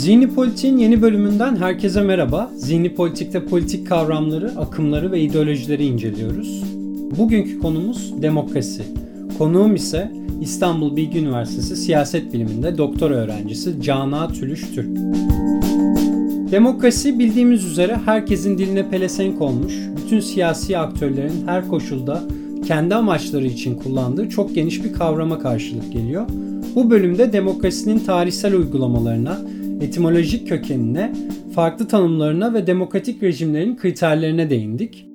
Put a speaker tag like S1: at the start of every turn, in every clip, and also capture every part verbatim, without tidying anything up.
S1: Zihni Politik'in yeni bölümünden herkese merhaba. Zihni Politik'te politik kavramları, akımları ve ideolojileri inceliyoruz. Bugünkü konumuz demokrasi. Konuğum ise İstanbul Bilgi Üniversitesi Siyaset Biliminde doktora öğrencisi Cana Tülüş Türk. Demokrasi bildiğimiz üzere herkesin diline pelesenk olmuş, bütün siyasi aktörlerin her koşulda kendi amaçları için kullandığı çok geniş bir kavrama karşılık geliyor. Bu bölümde demokrasinin tarihsel uygulamalarına, etimolojik kökenine, farklı tanımlarına ve demokratik rejimlerin kriterlerine değindik.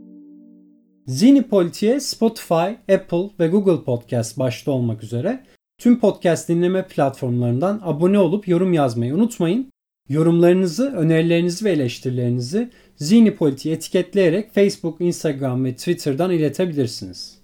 S1: Zihni Politik'e Spotify, Apple ve Google Podcast başta olmak üzere tüm podcast dinleme platformlarından abone olup yorum yazmayı unutmayın. Yorumlarınızı, önerilerinizi ve eleştirilerinizi Zihni Politik'i etiketleyerek Facebook, Instagram ve Twitter'dan iletebilirsiniz.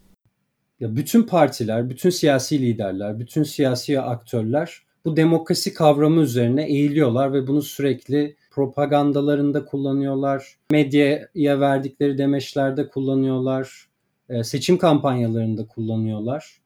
S1: Ya bütün partiler, bütün siyasi liderler, bütün siyasi aktörler bu demokrasi kavramı üzerine eğiliyorlar ve bunu sürekli propagandalarında kullanıyorlar. Medyaya verdikleri demeçlerde kullanıyorlar. Seçim kampanyalarında kullanıyorlar.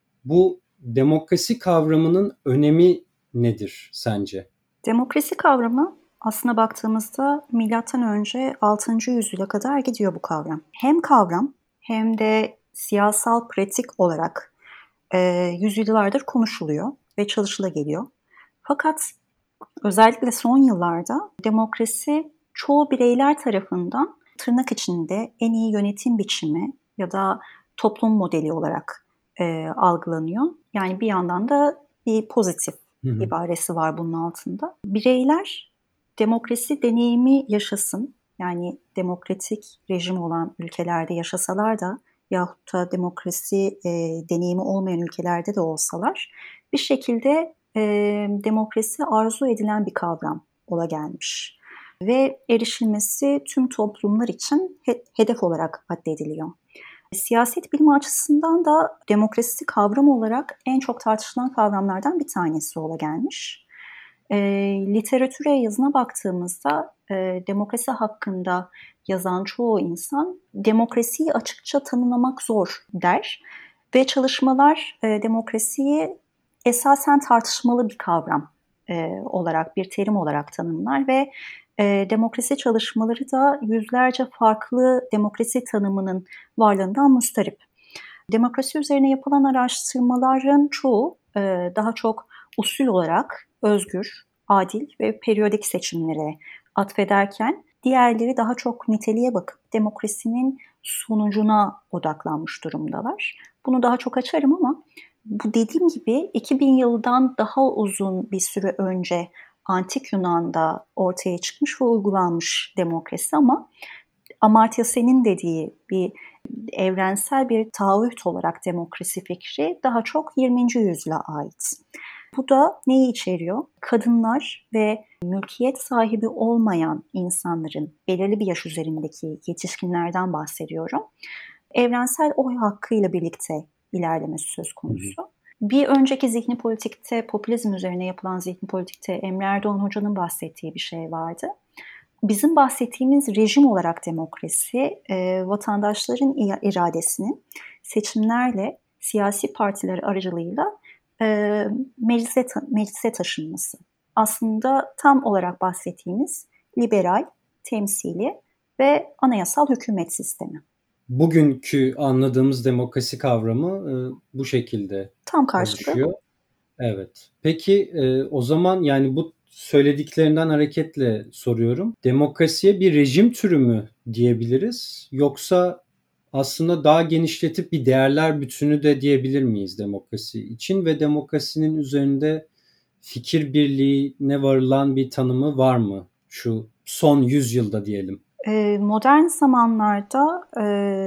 S1: Bu demokrasi kavramının önemi nedir sence?
S2: Demokrasi kavramı aslına baktığımızda milattan önce altıncı yüzyıla kadar gidiyor bu kavram. Hem kavram hem de siyasal pratik olarak e, yüzyıllardır konuşuluyor ve çalışılageliyor. Fakat özellikle son yıllarda demokrasi çoğu bireyler tarafından tırnak içinde en iyi yönetim biçimi ya da toplum modeli olarak e, algılanıyor. Yani bir yandan da bir pozitif hı hı. ibaresi var bunun altında. Bireyler demokrasi deneyimi yaşasın, yani demokratik rejim olan ülkelerde yaşasalar da yahut da demokrasi e, deneyimi olmayan ülkelerde de olsalar bir şekilde e, demokrasi arzu edilen bir kavram ola gelmiş. Ve erişilmesi tüm toplumlar için he, hedef olarak addediliyor. Siyaset bilimi açısından da demokrasi kavramı olarak en çok tartışılan kavramlardan bir tanesi ola gelmiş. E, literatüre yazına baktığımızda e, demokrasi hakkında yazan çoğu insan demokrasiyi açıkça tanımlamak zor der ve çalışmalar e, demokrasiyi esasen tartışmalı bir kavram e, olarak, bir terim olarak tanımlar ve e, demokrasi çalışmaları da yüzlerce farklı demokrasi tanımının varlığından mustarip. Demokrasi üzerine yapılan araştırmaların çoğu e, daha çok usul olarak özgür, adil ve periyodik seçimlere atfederken diğerleri daha çok niteliğe bakıp demokrasinin sonucuna odaklanmış durumdalar. Bunu daha çok açarım ama bu dediğim gibi iki bin yıldan daha uzun bir süre önce Antik Yunan'da ortaya çıkmış ve uygulanmış demokrasi ama Amartya Sen'in dediği bir evrensel bir taahhüt olarak demokrasi fikri daha çok yirminci yüzyıla ait. Bu da neyi içeriyor? Kadınlar ve mülkiyet sahibi olmayan insanların, belirli bir yaş üzerindeki yetişkinlerden bahsediyorum, evrensel oy hakkıyla birlikte ilerlemesi söz konusu. Bir önceki zihni politikte, popülizm üzerine yapılan zihni politikte Emre Erdoğan Hoca'nın bahsettiği bir şey vardı. Bizim bahsettiğimiz rejim olarak demokrasi, e, vatandaşların iradesinin seçimlerle, siyasi partiler aracılığıyla e, meclise, meclise taşınması. Aslında tam olarak bahsettiğimiz liberal, temsili ve anayasal hükümet sistemi.
S1: Bugünkü anladığımız demokrasi kavramı e, bu şekilde
S2: tam karşılığı.
S1: Evet. Peki e, o zaman yani bu söylediklerinden hareketle soruyorum. Demokrasiye bir rejim türü mü diyebiliriz? Yoksa aslında daha genişletip bir değerler bütünü de diyebilir miyiz demokrasi için? Ve demokrasinin üzerinde fikir birliğine varılan bir tanımı var mı? Şu son yüzyılda diyelim.
S2: Modern zamanlarda e,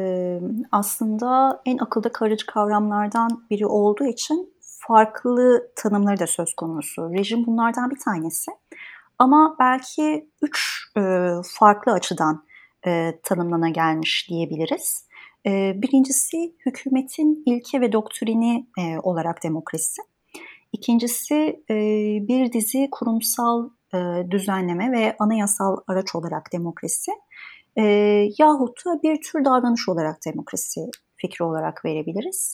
S2: aslında en akılda kalıcı kavramlardan biri olduğu için farklı tanımları da söz konusu. Rejim bunlardan bir tanesi. Ama belki üç e, farklı açıdan e, tanımlana gelmiş diyebiliriz. E, birincisi hükümetin ilke ve doktrini e, olarak demokrasi. İkincisi e, bir dizi kurumsal e, düzenleme ve anayasal araç olarak demokrasi. E, yahut da bir tür davranış olarak demokrasi fikri olarak verebiliriz.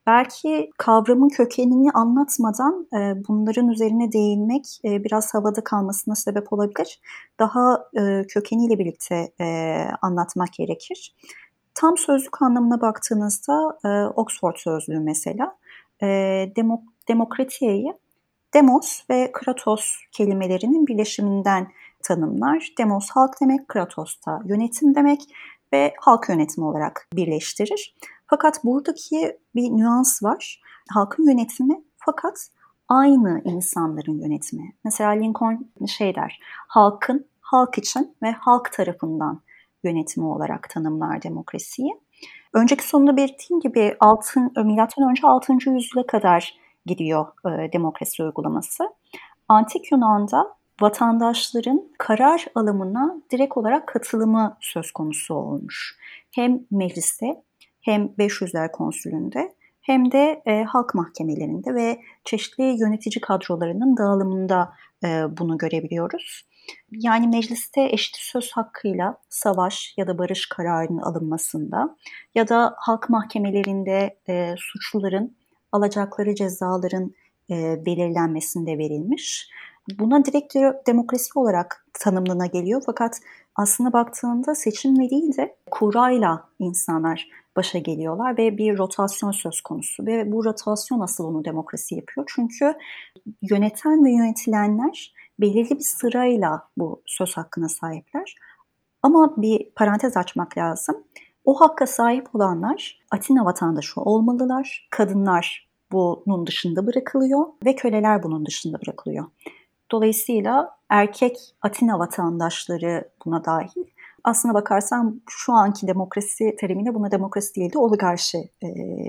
S2: Belki kavramın kökenini anlatmadan e, bunların üzerine değinmek e, biraz havada kalmasına sebep olabilir. Daha e, kökeniyle birlikte e, anlatmak gerekir. Tam sözlük anlamına baktığınızda e, Oxford Sözlüğü mesela e, demo, demokratiyeyi demos ve kratos kelimelerinin birleşiminden tanımlar. Demos halk demek, kratos da yönetim demek ve halk yönetimi olarak birleştirir. Fakat buradaki bir nüans var. Halkın yönetimi fakat aynı insanların yönetimi. Mesela Lincoln şey der, halkın halk için ve halk tarafından yönetimi olarak tanımlar demokrasiyi. Önceki sonunda belirttiğim gibi altın, milattan önce altıncı yüzyıla kadar gidiyor e, demokrasi uygulaması. Antik Yunan'da vatandaşların karar alımına direkt olarak katılımı söz konusu olmuş. Hem mecliste hem beş yüzler Konsülü'nde hem de e, halk mahkemelerinde ve çeşitli yönetici kadrolarının dağılımında e, bunu görebiliyoruz. Yani mecliste eşit söz hakkıyla savaş ya da barış kararının alınmasında ya da halk mahkemelerinde e, suçluların alacakları cezaların e, belirlenmesinde verilmiş. Buna direkt demokrasi olarak tanımlanabiliyor fakat aslında baktığında seçimle değil de kurayla insanlar başa geliyorlar ve bir rotasyon söz konusu ve bu rotasyon asıl onu demokrasi yapıyor. Çünkü yöneten ve yönetilenler belirli bir sırayla bu söz hakkına sahipler. Ama bir parantez açmak lazım. O hakka sahip olanlar Atina vatandaşı olmalılar. Kadınlar bunun dışında bırakılıyor ve köleler bunun dışında bırakılıyor. Dolayısıyla erkek Atina vatandaşları buna dahil. Aslına bakarsan şu anki demokrasi terimiyle buna demokrasi değil de oligarşi e,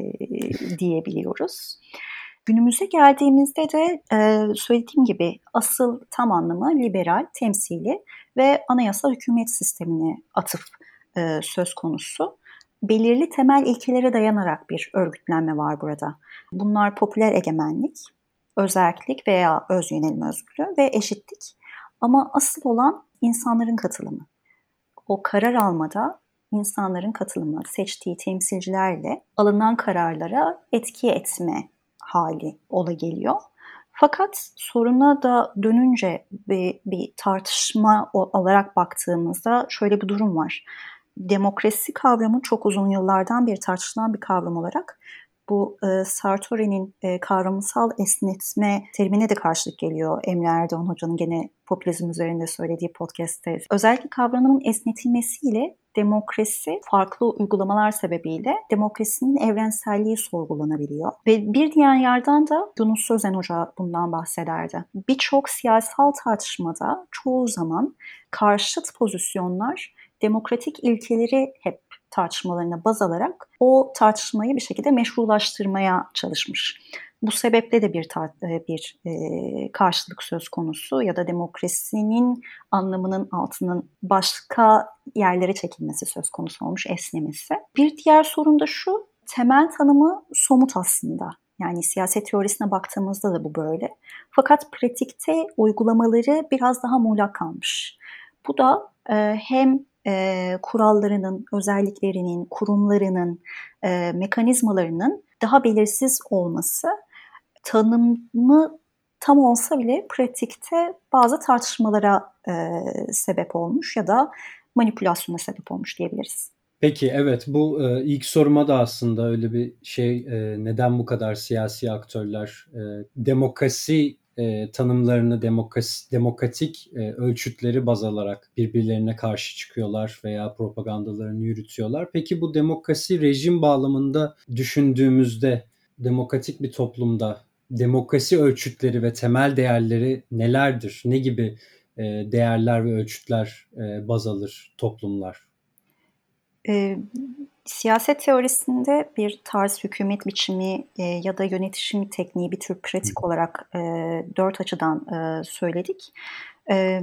S2: diyebiliyoruz. Günümüze geldiğimizde de e, söylediğim gibi asıl tam anlamı liberal, temsili ve anayasal hükümet sistemine atıf e, söz konusu. Belirli temel ilkelere dayanarak bir örgütlenme var burada. Bunlar popüler egemenlik, özerklik veya öz yönelim özgürlüğü ve eşitlik. Ama asıl olan insanların katılımı. O karar almada insanların katılımı, seçtiği temsilcilerle alınan kararlara etki etme hali ola geliyor. Fakat soruna da dönünce bir, bir tartışma olarak baktığımızda şöyle bir durum var. Demokrasi kavramı çok uzun yıllardan beri tartışılan bir kavram olarak bu e, Sartori'nin e, kavramsal esnetme terimine de karşılık geliyor. Emre Erdoğan Hoca'nın gene popülizm üzerinde söylediği podcast'te. Özellikle kavramın esnetilmesiyle demokrasi farklı uygulamalar sebebiyle demokrasinin evrenselliği sorgulanabiliyor. Ve bir diğer yerden de Yunus Sözen Hoca bundan bahsederdi. Birçok siyasal tartışmada çoğu zaman karşıt pozisyonlar demokratik ilkeleri hep tartışmalarına baz alarak o tartışmayı bir şekilde meşrulaştırmaya çalışmış. Bu sebeple de bir tar- bir e, karşılık söz konusu ya da demokrasinin anlamının altının başka yerlere çekilmesi söz konusu olmuş, esnemesi. Bir diğer sorun da şu, temel tanımı somut aslında. Yani siyaset teorisine baktığımızda da bu böyle. Fakat pratikte uygulamaları biraz daha muğlak kalmış. Bu da e, hem e, kurallarının, özelliklerinin, kurumlarının, e, mekanizmalarının daha belirsiz olması, tanımı tam olsa bile pratikte bazı tartışmalara e, sebep olmuş ya da manipülasyona sebep olmuş diyebiliriz.
S1: Peki evet bu e, ilk soruma da aslında öyle bir şey e, neden bu kadar siyasi aktörler e, demokrasi e, tanımlarını demokrasi, demokratik e, ölçütleri baz alarak birbirlerine karşı çıkıyorlar veya propagandalarını yürütüyorlar. Peki bu demokrasi rejim bağlamında düşündüğümüzde demokratik bir toplumda demokrasi ölçütleri ve temel değerleri nelerdir? Ne gibi e, değerler ve ölçütler e, baz alır toplumlar?
S2: E, siyaset teorisinde bir tarz hükümet biçimi e, ya da yönetişim tekniği bir tür pratik olarak e, dört açıdan e, söyledik. E,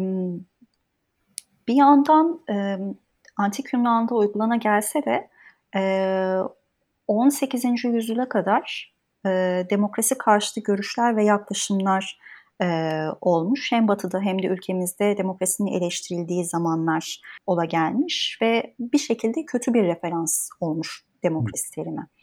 S2: bir yandan e, Antik Yunan'da uygulana gelse de e, on sekizinci yüzyıla kadar e, demokrasi karşıtı görüşler ve yaklaşımlar e, olmuş. Hem Batı'da hem de ülkemizde demokrasinin eleştirildiği zamanlar ola gelmiş ve bir şekilde kötü bir referans olmuş demokrasi terimi.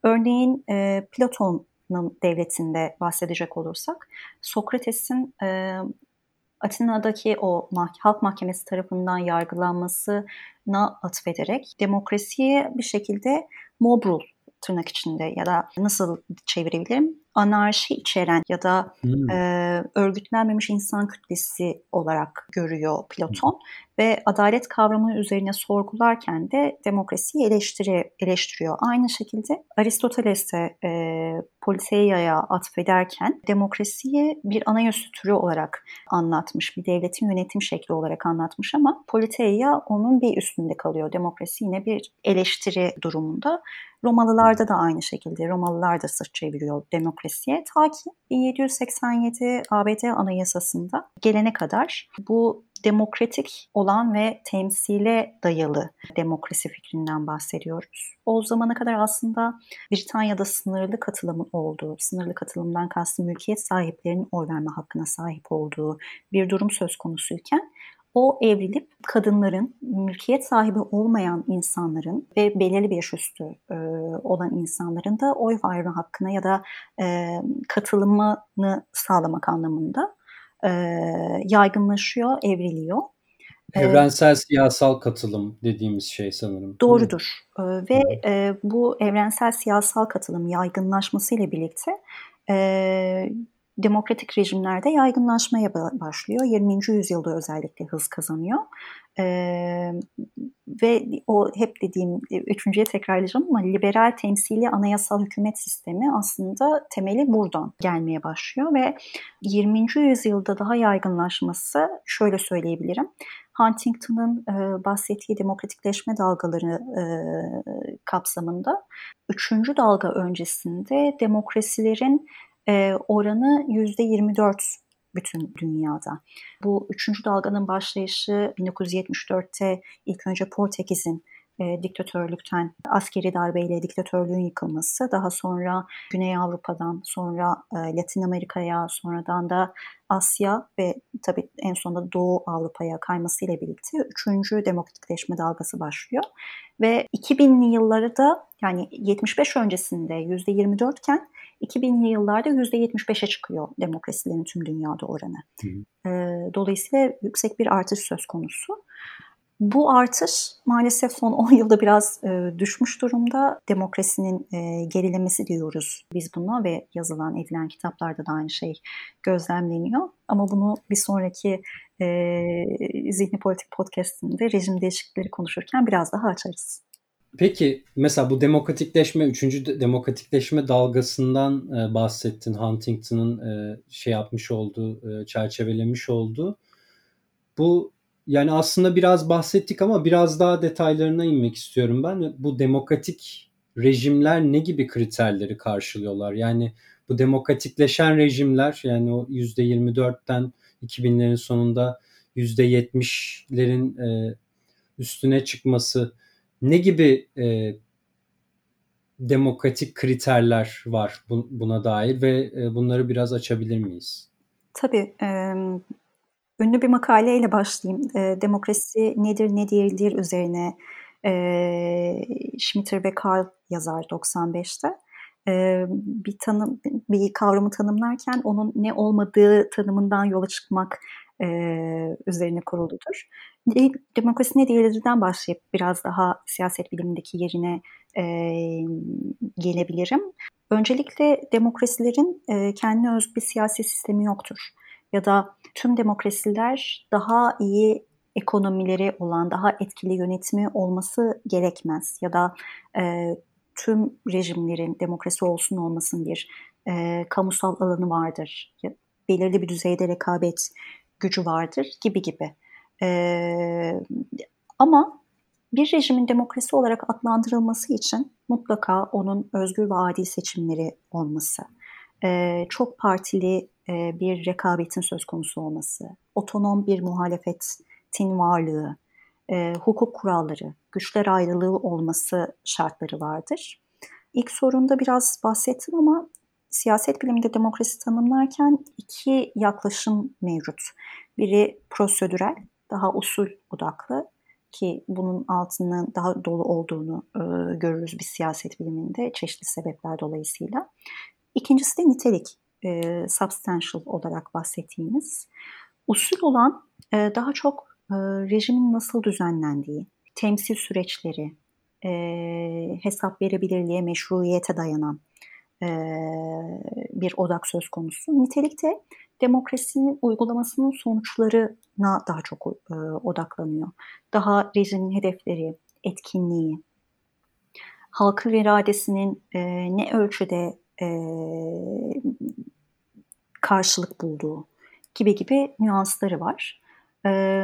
S2: Örneğin e, Platon'un devletinde bahsedecek olursak, Sokrates'in e, Atina'daki o mah- halk mahkemesi tarafından yargılanmasına atfederek demokrasiye bir şekilde mob rule tırnak içinde ya da nasıl çevirebilirim? Anarşi içeren ya da
S1: Hmm.
S2: e, örgütlenmemiş insan kütlesi olarak görüyor Platon ve adalet kavramı üzerine sorgularken de demokrasiyi eleştiri, eleştiriyor. Aynı şekilde Aristoteles de e, Politeia'ya atfederken demokrasiyi bir anayasa türü olarak anlatmış, bir devletin yönetim şekli olarak anlatmış ama Politeia onun bir üstünde kalıyor. Demokrasi yine bir eleştiri durumunda. Romalılarda da aynı şekilde. Romalılar da sırt çeviriyor demokrasiye. Ta ki bin yedi yüz seksen yedi A B D Anayasası'nda gelene kadar bu demokratik olan ve temsile dayalı demokrasi fikrinden bahsediyoruz. O zamana kadar aslında Britanya'da sınırlı katılımın olduğu, sınırlı katılımdan kastım mülkiyet sahiplerinin oy verme hakkına sahip olduğu bir durum söz konusuyken o evrilip kadınların, mülkiyet sahibi olmayan insanların ve belirli bir yaş üstü e, olan insanların da oy verme hakkına ya da e, katılımını sağlamak anlamında e, yaygınlaşıyor, evriliyor.
S1: Evrensel siyasal katılım dediğimiz şey sanırım, değil mi?
S2: Doğrudur. Ee, ve e, bu evrensel siyasal katılım yaygınlaşmasıyla birlikte e, demokratik rejimlerde yaygınlaşmaya ba- başlıyor. yirminci yüzyılda özellikle hız kazanıyor. E, ve o hep dediğim, üçüncüye tekrarlayacağım ama liberal temsili anayasal hükümet sistemi aslında temeli buradan gelmeye başlıyor ve yirminci yüzyılda daha yaygınlaşması şöyle söyleyebilirim. Huntington'ın e, bahsettiği demokratikleşme dalgaları e, kapsamında üçüncü dalga öncesinde demokrasilerin e, oranı yüzde yirmi dört bütün dünyada. Bu üçüncü dalganın başlayışı bin dokuz yüz yetmiş dörtte ilk önce Portekiz'in e, diktatörlükten, askeri darbeyle diktatörlüğün yıkılması, daha sonra Güney Avrupa'dan, sonra e, Latin Amerika'ya, sonradan da Asya ve tabii en sonunda Doğu Avrupa'ya kaymasıyla birlikte üçüncü demokratikleşme dalgası başlıyor. Ve iki binli yılları da yani yetmiş beş öncesinde yüzde yirmi dört iken iki binli yıllarda yüzde yetmiş beşe çıkıyor demokrasilerin tüm dünyada oranı.
S1: Hı hı.
S2: Dolayısıyla yüksek bir artış söz konusu. Bu artış maalesef son on yılda biraz e, düşmüş durumda. Demokrasinin e, gerilemesi diyoruz biz buna ve yazılan, edilen kitaplarda da aynı şey gözlemleniyor. Ama bunu bir sonraki e, Zihni Politik Podcast'inde rejim değişiklikleri konuşurken biraz daha açarız.
S1: Peki mesela bu demokratikleşme, üçüncü de- demokratikleşme dalgasından e, bahsettin. Huntington'ın e, şey yapmış olduğu, e, çerçevelemiş olduğu. Bu yani aslında biraz bahsettik ama biraz daha detaylarına inmek istiyorum ben. Bu demokratik rejimler ne gibi kriterleri karşılıyorlar? Yani bu demokratikleşen rejimler yani o yüzde yirmi dörtten iki binlerin sonunda yüzde yetmişlerin e, üstüne çıkması ne gibi e, demokratik kriterler var bu- buna dair ve e, bunları biraz açabilir miyiz?
S2: Tabii, e, ünlü bir makaleyle başlayayım. E, demokrasi nedir, ne değildir üzerine e, Schmitter ve Karl yazar doksan beşte. E, bir tanım, bir kavramı tanımlarken onun ne olmadığı tanımından yola çıkmak e, üzerine kuruludur. De, demokrasi ne değildirden başlayıp biraz daha siyaset bilimindeki yerine e, gelebilirim. Öncelikle demokrasilerin e, kendine özgü bir siyasi sistemi yoktur. Ya da tüm demokrasiler daha iyi ekonomileri olan, daha etkili yönetimi olması gerekmez. Ya da e, tüm rejimlerin demokrasi olsun olmasın bir e, kamusal alanı vardır. Ya, belirli bir düzeyde rekabet gücü vardır gibi gibi. E, ama bir rejimin demokrasi olarak adlandırılması için mutlaka onun özgür ve adil seçimleri olması, e, çok partili e, bir rekabetin söz konusu olması, otonom bir muhalefetin varlığı, e, hukuk kuralları, güçler ayrılığı olması şartları vardır. İlk sorunda biraz bahsettim ama siyaset biliminde demokrasi tanımlarken iki yaklaşım mevcut. Biri prosedürel, daha usul odaklı. ki bunun altının daha dolu olduğunu e, görürüz biz siyaset biliminde çeşitli sebepler dolayısıyla. İkincisi de nitelik, e, substantial olarak bahsettiğimiz. Usul olan e, daha çok e, rejimin nasıl düzenlendiği, temsil süreçleri, e, hesap verebilirliğe, meşruiyete dayanan e, bir odak söz konusu. Nitelikte demokrasinin uygulamasının sonuçlarına daha çok e, odaklanıyor. Daha rejimin hedefleri, etkinliği, halkın iradesinin e, ne ölçüde e, karşılık bulduğu gibi gibi nüansları var. Ee,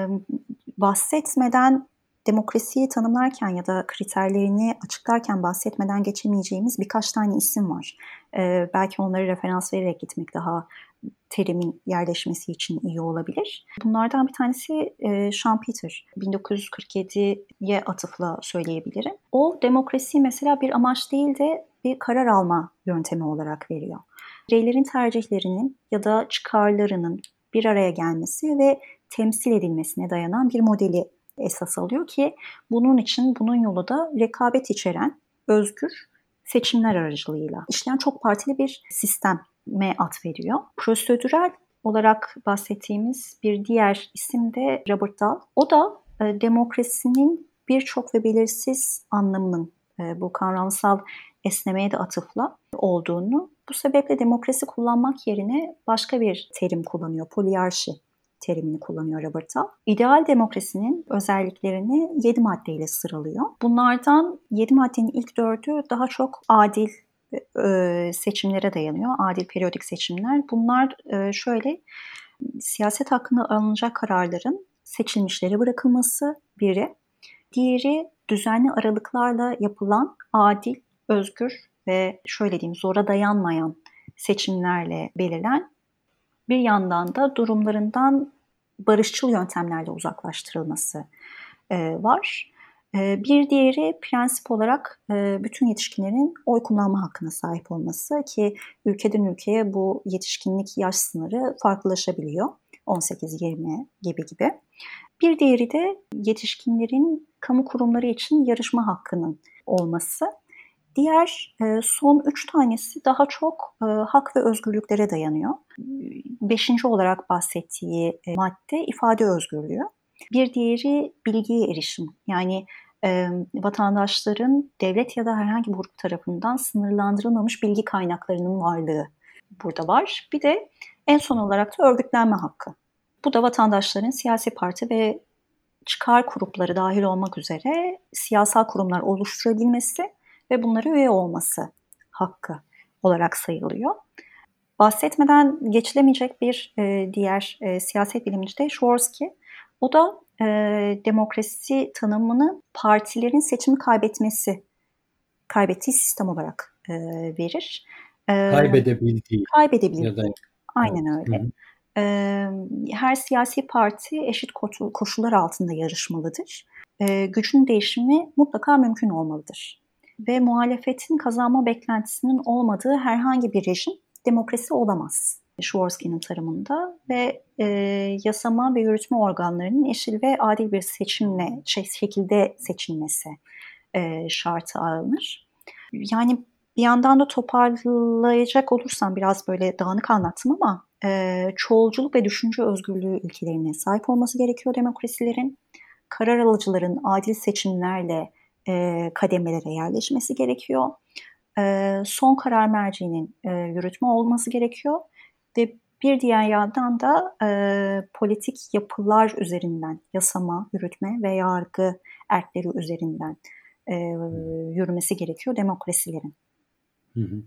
S2: bahsetmeden demokrasiyi tanımlarken ya da kriterlerini açıklarken bahsetmeden geçemeyeceğimiz birkaç tane isim var. Ee, belki onları referans vererek gitmek daha terimin yerleşmesi için iyi olabilir. Bunlardan bir tanesi e, Schumpeter. bin dokuz yüz kırk yediye atıfla söyleyebilirim. O demokrasiyi mesela bir amaç değil de bir karar alma yöntemi olarak veriyor. Bireylerin tercihlerinin ya da çıkarlarının bir araya gelmesi ve temsil edilmesine dayanan bir modeli esas alıyor ki bunun için bunun yolu da rekabet içeren özgür seçimler aracılığıyla işleyen çok partili bir sisteme atfediyor. Prosedürel olarak bahsettiğimiz bir diğer isim de Robert Dahl. O da e, demokrasinin birçok ve belirsiz anlamının e, bu kavramsal esnemeye de atıfla olduğunu, bu sebeple demokrasi kullanmak yerine başka bir terim kullanıyor, poliyarşi terimini kullanıyor Robert Dahl. İdeal demokrasinin özelliklerini yedi maddeyle sıralıyor. Bunlardan yedi maddenin ilk dördü daha çok adil e, seçimlere dayanıyor. Adil periyodik seçimler. Bunlar e, şöyle, siyaset hakkında alınacak kararların seçilmişlere bırakılması biri. Diğeri düzenli aralıklarla yapılan adil, özgür ve şöyle diyeyim zora dayanmayan seçimlerle belirlen, bir yandan da durumlarından barışçıl yöntemlerle uzaklaştırılması e, var. E, bir diğeri prensip olarak e, bütün yetişkinlerin oy kullanma hakkına sahip olması ki ülkeden ülkeye bu yetişkinlik yaş sınırı farklılaşabiliyor. on sekiz yirmi gibi gibi. Bir diğeri de yetişkinlerin kamu kurumları için yarışma hakkının olması. Diğer e, son üç tanesi daha çok e, hak ve özgürlüklere dayanıyor. Beşinci olarak bahsettiği e, madde ifade özgürlüğü. Bir diğeri bilgiye erişim. Yani e, vatandaşların devlet ya da herhangi bir grup tarafından sınırlandırılmamış bilgi kaynaklarının varlığı burada var. Bir de en son olarak da örgütlenme hakkı. Bu da vatandaşların siyasi parti ve çıkar grupları dahil olmak üzere siyasal kurumlar oluşturabilmesi ve bunlara üye olması hakkı olarak sayılıyor. Bahsetmeden geçilemeyecek bir e, diğer e, siyaset bilimci de Dworsky. O da e, demokrasi tanımını partilerin seçimi kaybetmesi, kaybettiği sistem olarak e, verir. E,
S1: Kaybedebildiği ya da
S2: kaybedebildiği,
S1: evet.
S2: aynen öyle. E, her siyasi parti eşit koşullar altında yarışmalıdır. E, gücün değişimi mutlaka mümkün olmalıdır. Ve muhalefetin kazanma beklentisinin olmadığı herhangi bir rejim demokrasi olamaz. Dworsky'nin tanımında ve e, yasama ve yürütme organlarının eşit ve adil bir seçimle şey, şekilde seçilmesi e, şartı aranır. Yani bir yandan da toparlayacak olursam biraz böyle dağınık anlattım ama e, çoğulculuk ve düşünce özgürlüğü ilkelerine sahip olması gerekiyor demokrasilerin. Karar alıcıların adil seçimlerle e, kademelere yerleşmesi gerekiyor. E, son karar merciğinin e, yürütme olması gerekiyor ve bir diğer yandan da e, politik yapılar üzerinden yasama, yürütme ve yargı erkleri üzerinden e, yürümesi gerekiyor demokrasilerin.
S1: Hı hı.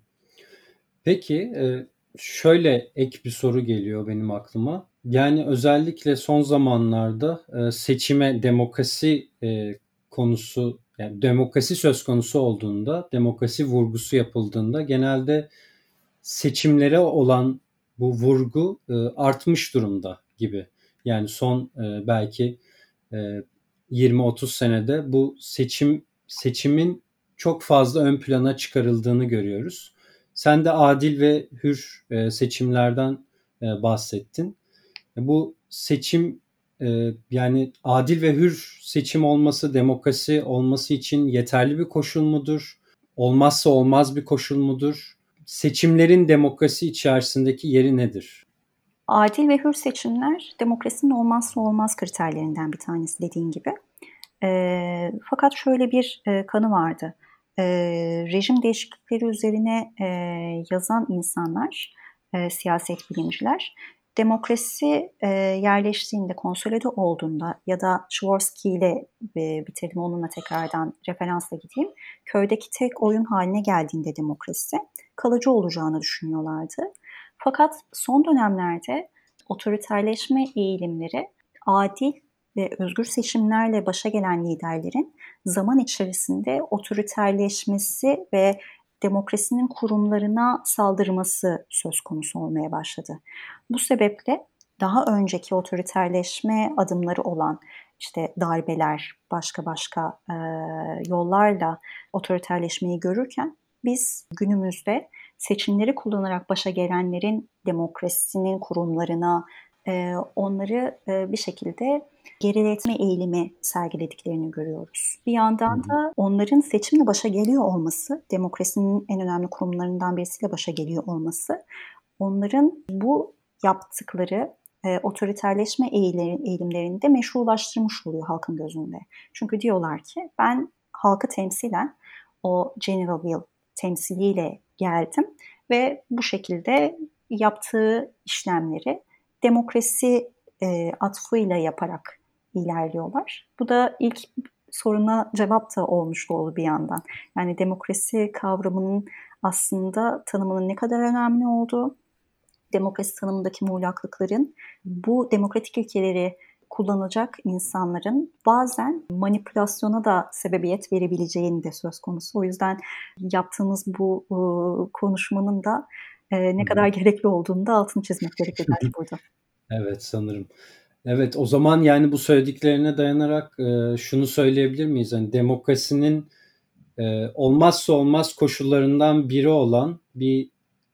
S1: Peki e, şöyle ek bir soru geliyor benim aklıma. Yani özellikle son zamanlarda e, seçime demokrasi e, konusu, yani demokrasi söz konusu olduğunda, demokrasi vurgusu yapıldığında genelde seçimlere olan bu vurgu e, artmış durumda gibi. Yani son e, belki e, yirmi otuz senede bu seçim seçimin çok fazla ön plana çıkarıldığını görüyoruz. Sen de adil ve hür e, seçimlerden e, bahsettin. Bu seçim e, yani adil ve hür seçim olması, demokrasi olması için yeterli bir koşul mudur? Olmazsa olmaz bir koşul mudur? Seçimlerin demokrasi içerisindeki yeri nedir?
S2: Adil ve hür seçimler demokrasinin olmazsa olmaz kriterlerinden bir tanesi dediğin gibi. E, fakat şöyle bir e, kanı vardı. E, Rejim değişiklikleri üzerine e, yazan insanlar, e, siyaset bilimciler, demokrasi e, yerleştiğinde, konsolide olduğunda ya da Tversky ile e, bitirdim, onunla tekrardan referansla gideyim. Köydeki tek oyun haline geldiğinde demokrasi kalıcı olacağını düşünüyorlardı. Fakat son dönemlerde otoriterleşme eğilimleri adil ve özgür seçimlerle başa gelen liderlerin zaman içerisinde otoriterleşmesi ve demokrasinin kurumlarına saldırması söz konusu olmaya başladı. Bu sebeple daha önceki otoriterleşme adımları olan işte darbeler, başka başka e, yollarla otoriterleşmeyi görürken biz günümüzde seçimleri kullanarak başa gelenlerin demokrasinin kurumlarına, e, onları e, bir şekilde geriletme eğilimi sergilediklerini görüyoruz. Bir yandan da onların seçimle başa geliyor olması, demokrasinin en önemli kurumlarından birisiyle başa geliyor olması, onların bu yaptıkları e, otoriterleşme eğilimlerini de meşrulaştırmış oluyor halkın gözünde. Çünkü diyorlar ki ben halkı temsilen o Generalville temsiliyle geldim ve bu şekilde yaptığı işlemleri demokrasi e, atfıyla yaparak ilerliyorlar. Bu da ilk soruna cevap da olmuş oldu bir yandan. Yani demokrasi kavramının aslında tanımının ne kadar önemli olduğu, demokrasi tanımındaki muğlaklıkların bu demokratik ilkeleri kullanacak insanların bazen manipülasyona da sebebiyet verebileceğini de söz konusu. O yüzden yaptığımız bu e, konuşmanın da e, ne kadar gerekli olduğunu da altını çizmek gerekir belki burada.
S1: Evet, sanırım. Evet, o zaman yani bu söylediklerine dayanarak e, şunu söyleyebilir miyiz? Yani demokrasinin e, olmazsa olmaz koşullarından biri olan bir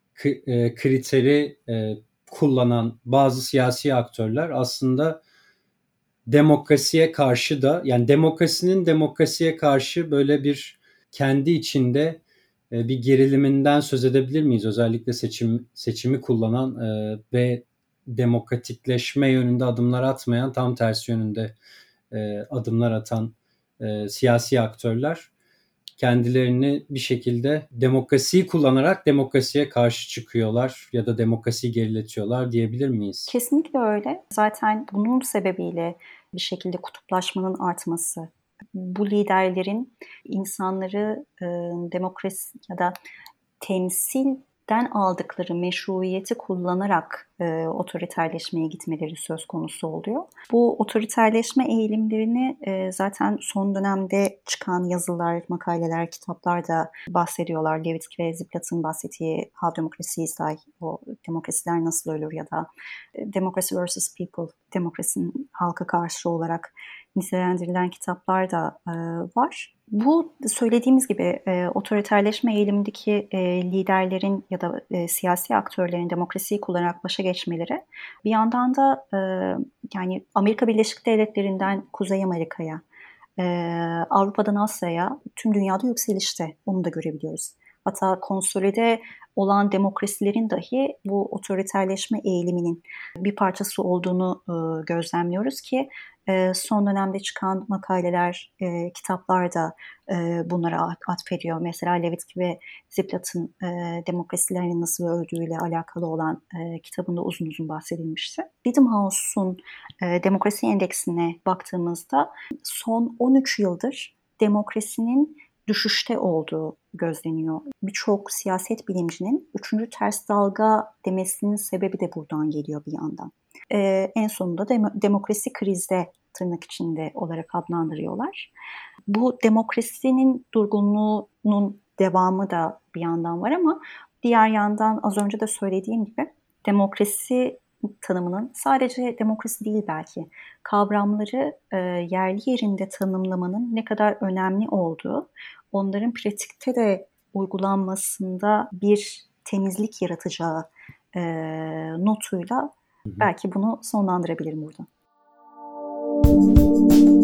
S1: e, kriteri e, kullanan bazı siyasi aktörler aslında demokrasiye karşı da, yani demokrasinin demokrasiye karşı böyle bir kendi içinde e, bir geriliminden söz edebilir miyiz? Özellikle seçim seçimi kullanan e, ve demokratikleşme yönünde adımlar atmayan, tam tersi yönünde e, adımlar atan e, siyasi aktörler kendilerini bir şekilde demokrasiyi kullanarak demokrasiye karşı çıkıyorlar ya da demokrasiyi geriletiyorlar diyebilir miyiz?
S2: Kesinlikle öyle. Zaten bunun sebebiyle bir şekilde kutuplaşmanın artması, bu liderlerin insanları e, demokrasi ya da temsilden aldıkları meşruiyeti kullanarak e, otoriterleşmeye gitmeleri söz konusu oluyor. Bu otoriterleşme eğilimlerini e, zaten son dönemde çıkan yazılar, makaleler, kitaplar da bahsediyorlar. Levitsky ve Ziblatt'ın bahsettiği How Democracy Die, o demokrasiler nasıl ölür ya da Democracy versus People, demokrasinin halka karşı olarak nitelendirilen kitaplar da e, var. Bu söylediğimiz gibi e, otoriterleşme eğilimindeki e, liderlerin ya da e, siyasi aktörlerin demokrasiyi kullanarak başa geçmeleri bir yandan da e, yani Amerika Birleşik Devletleri'nden Kuzey Amerika'ya, e, Avrupa'dan Asya'ya, tüm dünyada yükselişte, onu da görebiliyoruz. Hatta konsolide olan demokrasilerin dahi bu otoriterleşme eğiliminin bir parçası olduğunu e, gözlemliyoruz ki e, son dönemde çıkan makaleler, e, kitaplar da e, bunlara atfediyor. Mesela Levitsky ve Ziblatt'ın e, demokrasilerin nasıl öldüğüyle alakalı olan e, kitabında uzun uzun bahsedilmişti. Freedom House'un e, demokrasi endeksine baktığımızda son on üç yıldır demokrasinin düşüşte olduğu gözleniyor. Birçok siyaset bilimcinin üçüncü ters dalga demesinin sebebi de buradan geliyor bir yandan. Ee, en sonunda dem- demokrasi krizde tırnak içinde olarak adlandırıyorlar. Bu demokrasinin durgunluğunun devamı da bir yandan var ama diğer yandan az önce de söylediğim gibi demokrasi tanımının sadece demokrasi değil belki kavramları e, yerli yerinde tanımlamanın ne kadar önemli olduğu, onların pratikte de uygulanmasında bir temizlik yaratacağı e, notuyla belki bunu sonlandırabilirim burada. Müzik